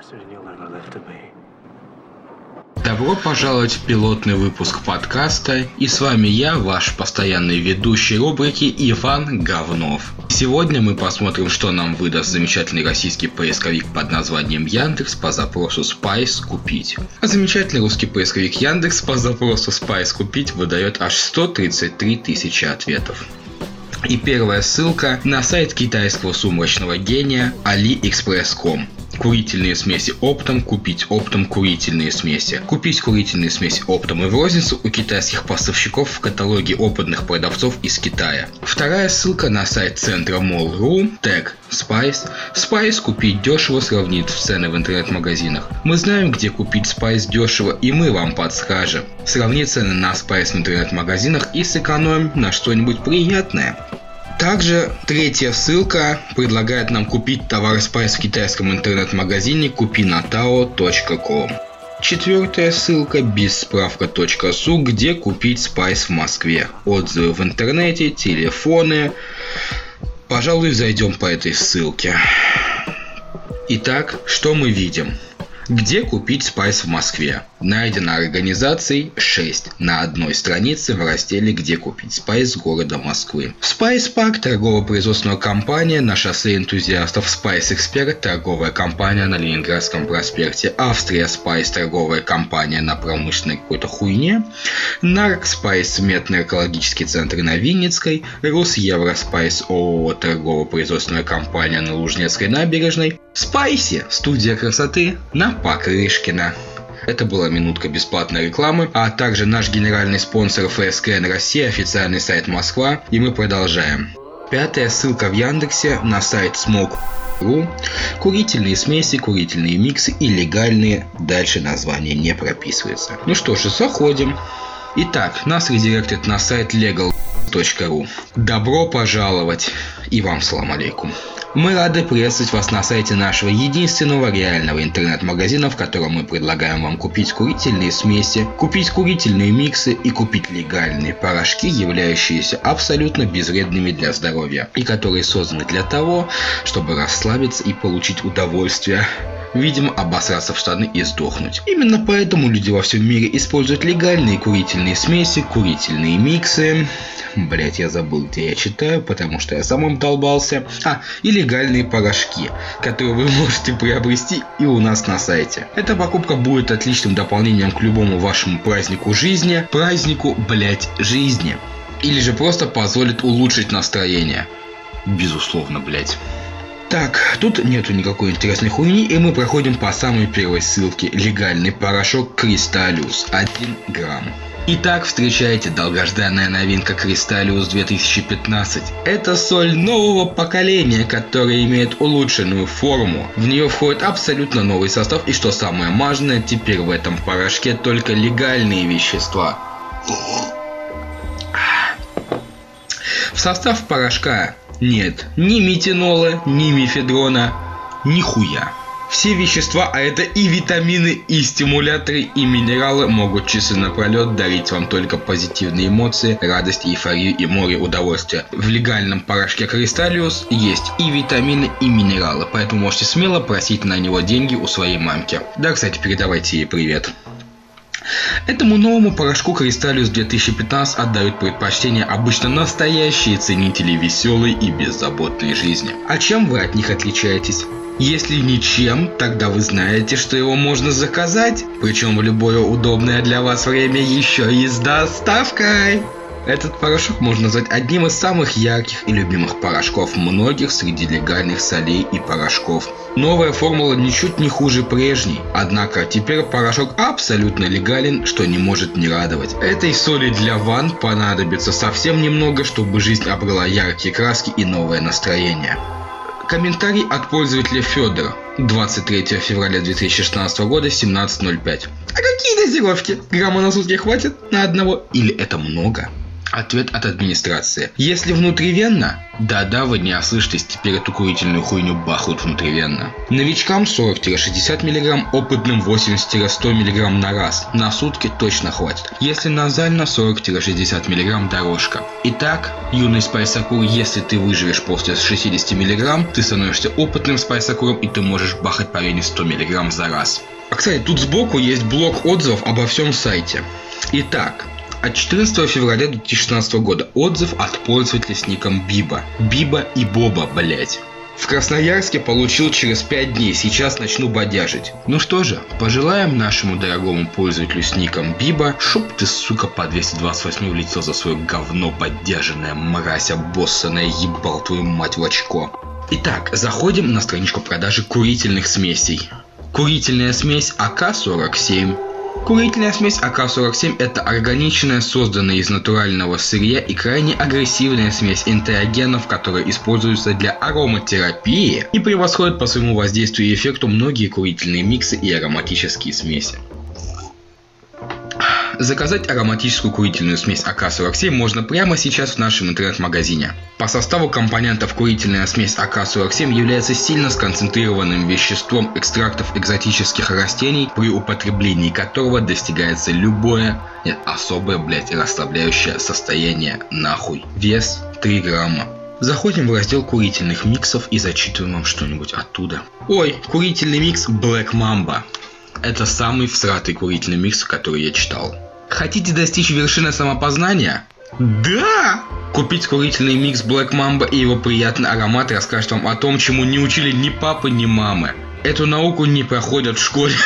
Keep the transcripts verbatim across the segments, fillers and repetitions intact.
Добро пожаловать в пилотный выпуск подкаста, и с вами я, ваш постоянный ведущий рубрики Иван Говнов. Сегодня мы посмотрим, что нам выдаст замечательный российский поисковик под названием Яндекс по запросу Spice купить. А замечательный русский поисковик Яндекс по запросу Spice купить выдает аж сто тридцать три тысячи ответов. И первая ссылка на сайт китайского сумрачного гения али экспресс точка ком. Курительные смеси оптом, купить оптом курительные смеси. Купить курительные смеси оптом и в розницу у китайских поставщиков в каталоге опытных продавцов из Китая. Вторая ссылка на сайт центра молл точка ру, тег Spice. Spice купить дешево, сравнит цены в интернет-магазинах. Мы знаем, где купить Spice дешево, и мы вам подскажем. Сравни цены на Spice в интернет-магазинах и сэкономим на что-нибудь приятное. Также третья ссылка предлагает нам купить товар Spice в китайском интернет-магазине купи на тао точка ком. Четвертая ссылка бисправка точка су, где купить Spice в Москве. Отзывы в интернете, телефоны. Пожалуй, зайдем по этой ссылке. Итак, что мы видим? Где купить Spice в Москве? Найдено организаций шесть на одной странице в разделе «Где купить Spice города Москвы». Spice Park – торгово-производственная компания на шоссе энтузиастов. Spice Expert – торговая компания на Ленинградском проспекте. Австрия Spice – торговая компания на промышленной какой-то хуйне. Нарк Spice – медно-экологический центр на Винницкой. Русевро Spice ООО – торгово-производственная компания на Лужнецкой набережной. Spicy – студия красоты на Покрышкина. Это была минутка бесплатной рекламы, а также наш генеральный спонсор эф эс ка эн Россия, официальный сайт Москва, и мы продолжаем. Пятая ссылка в Яндексе на сайт смок точка ру. Курительные смеси, курительные миксы и легальные, дальше название не прописывается. Ну что же, заходим. Итак, нас редиректит на сайт легал точка ру. Добро пожаловать и вам салам алейкум. Мы рады приветствовать вас на сайте нашего единственного реального интернет-магазина, в котором мы предлагаем вам купить курительные смеси, купить курительные миксы и купить легальные порошки, являющиеся абсолютно безвредными для здоровья и которые созданы для того, чтобы расслабиться и получить удовольствие. Видимо, обосраться в штаны и сдохнуть. Именно поэтому люди во всем мире используют легальные курительные смеси, курительные миксы. Блять, я забыл, где я читаю, потому что я сам им долбался. А, и легальные порошки, которые вы можете приобрести и у нас на сайте. Эта покупка будет отличным дополнением к любому вашему празднику жизни. Празднику, блять, жизни. Или же просто позволит улучшить настроение. Безусловно, блять. Так, тут нету никакой интересной хуйни, и мы проходим по самой первой ссылке. Легальный порошок Кристаллиус один грамм. Итак, встречайте долгожданная новинка Кристаллиус две тысячи пятнадцать. Это соль нового поколения, которая имеет улучшенную форму. В нее входит абсолютно новый состав, и что самое важное, теперь в этом порошке только легальные вещества. В состав порошка нет ни метинола, ни мефедрона, ни хуя. Все вещества, а это и витамины, и стимуляторы, и минералы, могут часы напролет дарить вам только позитивные эмоции, радость, эйфорию и море удовольствия. В легальном порошке Кристаллиус есть и витамины, и минералы, поэтому можете смело просить на него деньги у своей мамки. Да, кстати, передавайте ей привет. Этому новому порошку Кристаллиус две тысячи пятнадцать отдают предпочтение обычно настоящие ценители веселой и беззаботной жизни. А чем вы от них отличаетесь? Если ничем, тогда вы знаете, что его можно заказать, причем в любое удобное для вас время, еще и с доставкой. Этот порошок можно назвать одним из самых ярких и любимых порошков многих среди легальных солей и порошков. Новая формула ничуть не хуже прежней, однако теперь порошок абсолютно легален, что не может не радовать. Этой соли для ванн понадобится совсем немного, чтобы жизнь обрела яркие краски и новое настроение. Комментарий от пользователя Федора. двадцать третьего февраля две тысячи шестнадцатого года, семнадцать ноль пять. А какие дозировки? Грамма на сутки хватит на одного? Или это много? Ответ от администрации. Если внутривенно, да-да, вы не ослышитесь, теперь эту курительную хуйню бахают внутривенно. Новичкам сорок-шестьдесят миллиграмм, опытным восемьдесят-сто миллиграмм на раз. На сутки точно хватит. Если назально, сорок-шестьдесят миллиграмм дорожка. Итак, юный спайсакур, если ты выживешь после шестидесяти миллиграмм, ты становишься опытным спайсакуром и ты можешь бахать по вене сто миллиграмм за раз. А кстати, тут сбоку есть блок отзывов обо всем сайте. Итак, от четырнадцатого февраля две тысячи шестнадцатого года отзыв от пользователя с ником Биба. Биба и Боба, блять. В Красноярске получил через пять дней, сейчас начну бодяжить. Ну что же, пожелаем нашему дорогому пользователю с ником Биба, чтоб ты, сука, по двести двадцать восемь улетел за свое говно бодяженное, мразь обоссанная, ебал твою мать в очко. Итак, заходим на страничку продажи курительных смесей. Курительная смесь А К сорок семь. Курительная смесь А К сорок семь – это органичная, созданная из натурального сырья и крайне агрессивная смесь энтеогенов, которая используется для ароматерапии и превосходит по своему воздействию и эффекту многие курительные миксы и ароматические смеси. Заказать ароматическую курительную смесь А К сорок семь можно прямо сейчас в нашем интернет-магазине. По составу компонентов курительная смесь А К сорок семь является сильно сконцентрированным веществом экстрактов экзотических растений, при употреблении которого достигается любое, нет, особое, блять, расслабляющее состояние нахуй. Вес три грамма. Заходим в раздел курительных миксов и зачитываем вам что-нибудь оттуда. Ой, курительный микс Black Mamba. Это самый всратый курительный микс, который я читал. Хотите достичь вершины самопознания? Да! Купить курительный микс Black Mamba и его приятный аромат расскажет вам о том, чему не учили ни папы, ни мамы. Эту науку не проходят в школе.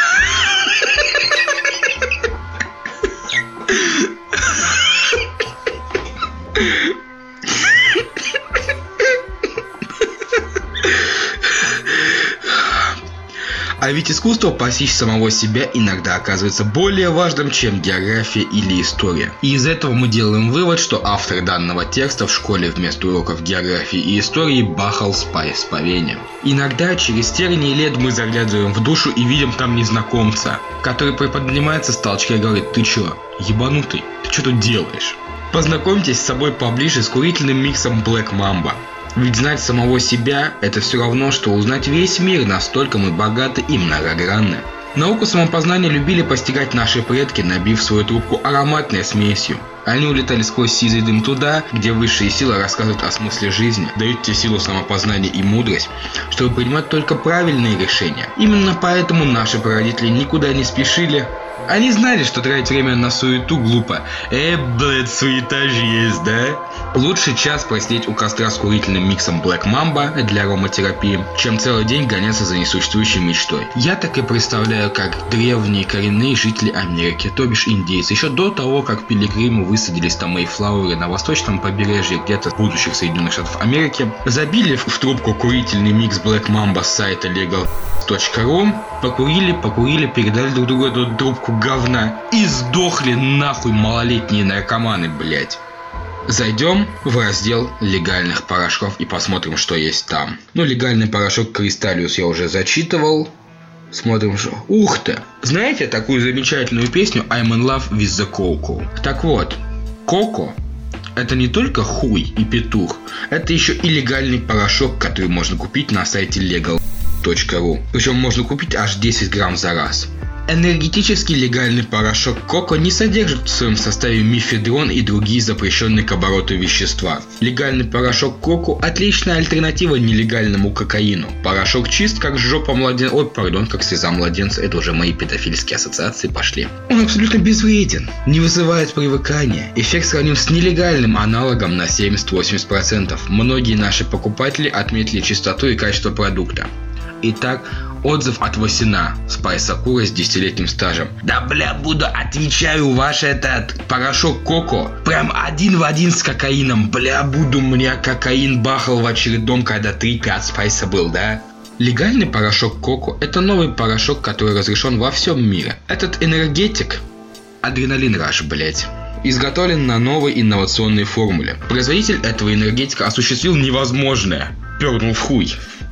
А ведь искусство постичь самого себя иногда оказывается более важным, чем география или история. И из этого мы делаем вывод, что автор данного текста в школе вместо уроков географии и истории бахал спайс по вене. Иногда через тернии лет мы заглядываем в душу и видим там незнакомца, который приподнимается с толчка и говорит: «Ты чё, ебанутый? Ты чё тут делаешь?» Познакомьтесь с собой поближе с курительным миксом Black Mamba. Ведь знать самого себя – это все равно, что узнать весь мир, настолько мы богаты и многогранны. Науку самопознания любили постигать наши предки, набив свою трубку ароматной смесью. Они улетали сквозь сизый дым туда, где высшие силы рассказывают о смысле жизни, дают тебе силу самопознания и мудрость, чтобы принимать только правильные решения. Именно поэтому наши прародители никуда не спешили. Они знали, что тратить время на суету глупо. Э, блядь, суета же есть, да? Лучше час просидеть у костра с курительным миксом Black Mamba для ароматерапии, чем целый день гоняться за несуществующей мечтой. Я так и представляю, как древние коренные жители Америки, то бишь индейцы, еще до того, как пилигримы высадились на Мейфлауэре на восточном побережье где-то будущих Соединенных Штатов Америки, забили в трубку курительный микс Black Mamba с сайта легал точка ру, покурили, покурили, передали друг другу эту трубку говна и сдохли нахуй малолетние наркоманы, блять. Зайдем в раздел легальных порошков и посмотрим, что есть там. Ну, легальный порошок Кристаллиус я уже зачитывал. Смотрим, что... Ух ты! Знаете такую замечательную песню I'm in love with the Coco? Так вот, Коко — это не только хуй и петух, это еще и легальный порошок, который можно купить на сайте легал точка ру. Причем можно купить аж десять грамм за раз. Энергетический легальный порошок Коко не содержит в своем составе мефедрон и другие запрещенные к обороту вещества. Легальный порошок Коко – отличная альтернатива нелегальному кокаину. Порошок чист, как жопа младенца. Ой, пардон, как слеза младенца. Это уже мои педофильские ассоциации пошли. Он абсолютно безвреден, не вызывает привыкания. Эффект сравним с нелегальным аналогом на семьдесят-восемьдесят процентов. Многие наши покупатели отметили чистоту и качество продукта. Итак, отзыв от Васина, спайсакура с десятилетним стажем. Да бля, буду, отвечаю, ваш этот порошок Коко прям один в один с кокаином. Бля, буду, мне кокаин бахал в очередном, когда три-пять спайса был, да? Легальный порошок Коко – это новый порошок, который разрешен во всем мире. Этот энергетик, адреналин раш, блять, изготовлен на новой инновационной формуле. Производитель этого энергетика осуществил невозможное. Пернул в хуй.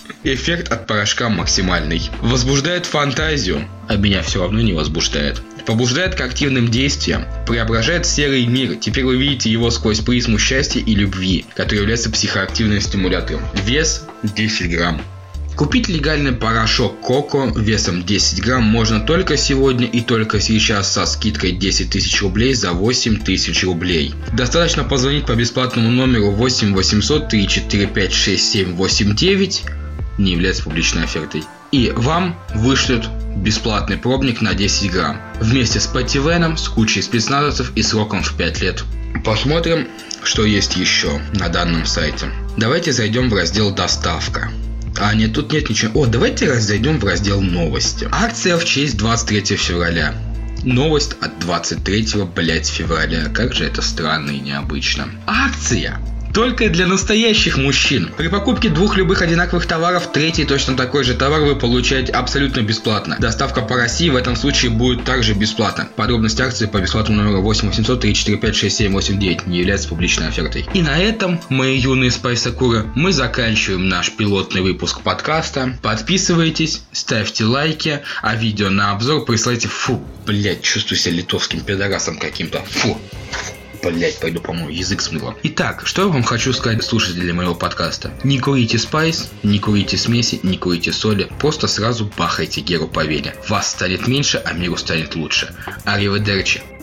Эффект от порошка максимальный. Возбуждает фантазию, а меня все равно не возбуждает. Побуждает к активным действиям. Преображает серый мир. Теперь вы видите его сквозь призму счастья и любви, который является психоактивным стимулятором. Вес десять грамм. Купить легальный порошок Коко весом десять грамм можно только сегодня и только сейчас со скидкой десять тысяч рублей за восемь тысяч рублей. Достаточно позвонить по бесплатному номеру восемь восемьсот три четыре пять шесть семь восемь девять, не является публичной офертой, и вам вышлют бесплатный пробник на десять грамм вместе с пативеном, с кучей спецназовцев и сроком в пять лет. Посмотрим, что есть еще на данном сайте. Давайте зайдем в раздел «Доставка». А нет, тут нет ничего. О, давайте зайдем в раздел «Новости». Акция в честь двадцать третьего февраля. Новость от двадцать третьего, блять, февраля. Как же это странно и необычно. Акция! Только для настоящих мужчин. При покупке двух любых одинаковых товаров, третий точно такой же товар вы получаете абсолютно бесплатно. Доставка по России в этом случае будет также бесплатна. Подробности акции по бесплатному номеру восемь восемьсот три четыре пять шесть семь восемь девять не является публичной офертой. И на этом, мои юные спайсакуры, мы заканчиваем наш пилотный выпуск подкаста. Подписывайтесь, ставьте лайки, а видео на обзор присылайте. Фу, блять, чувствую себя литовским пидорасом каким-то. Фу. Блять, пойду помою, язык смыло. Итак, что я вам хочу сказать, слушатели моего подкаста. Не курите спайс, не курите смеси, не курите соли. Просто сразу бахайте Геру по вене. Вас станет меньше, а миру станет лучше. Ариведерчи.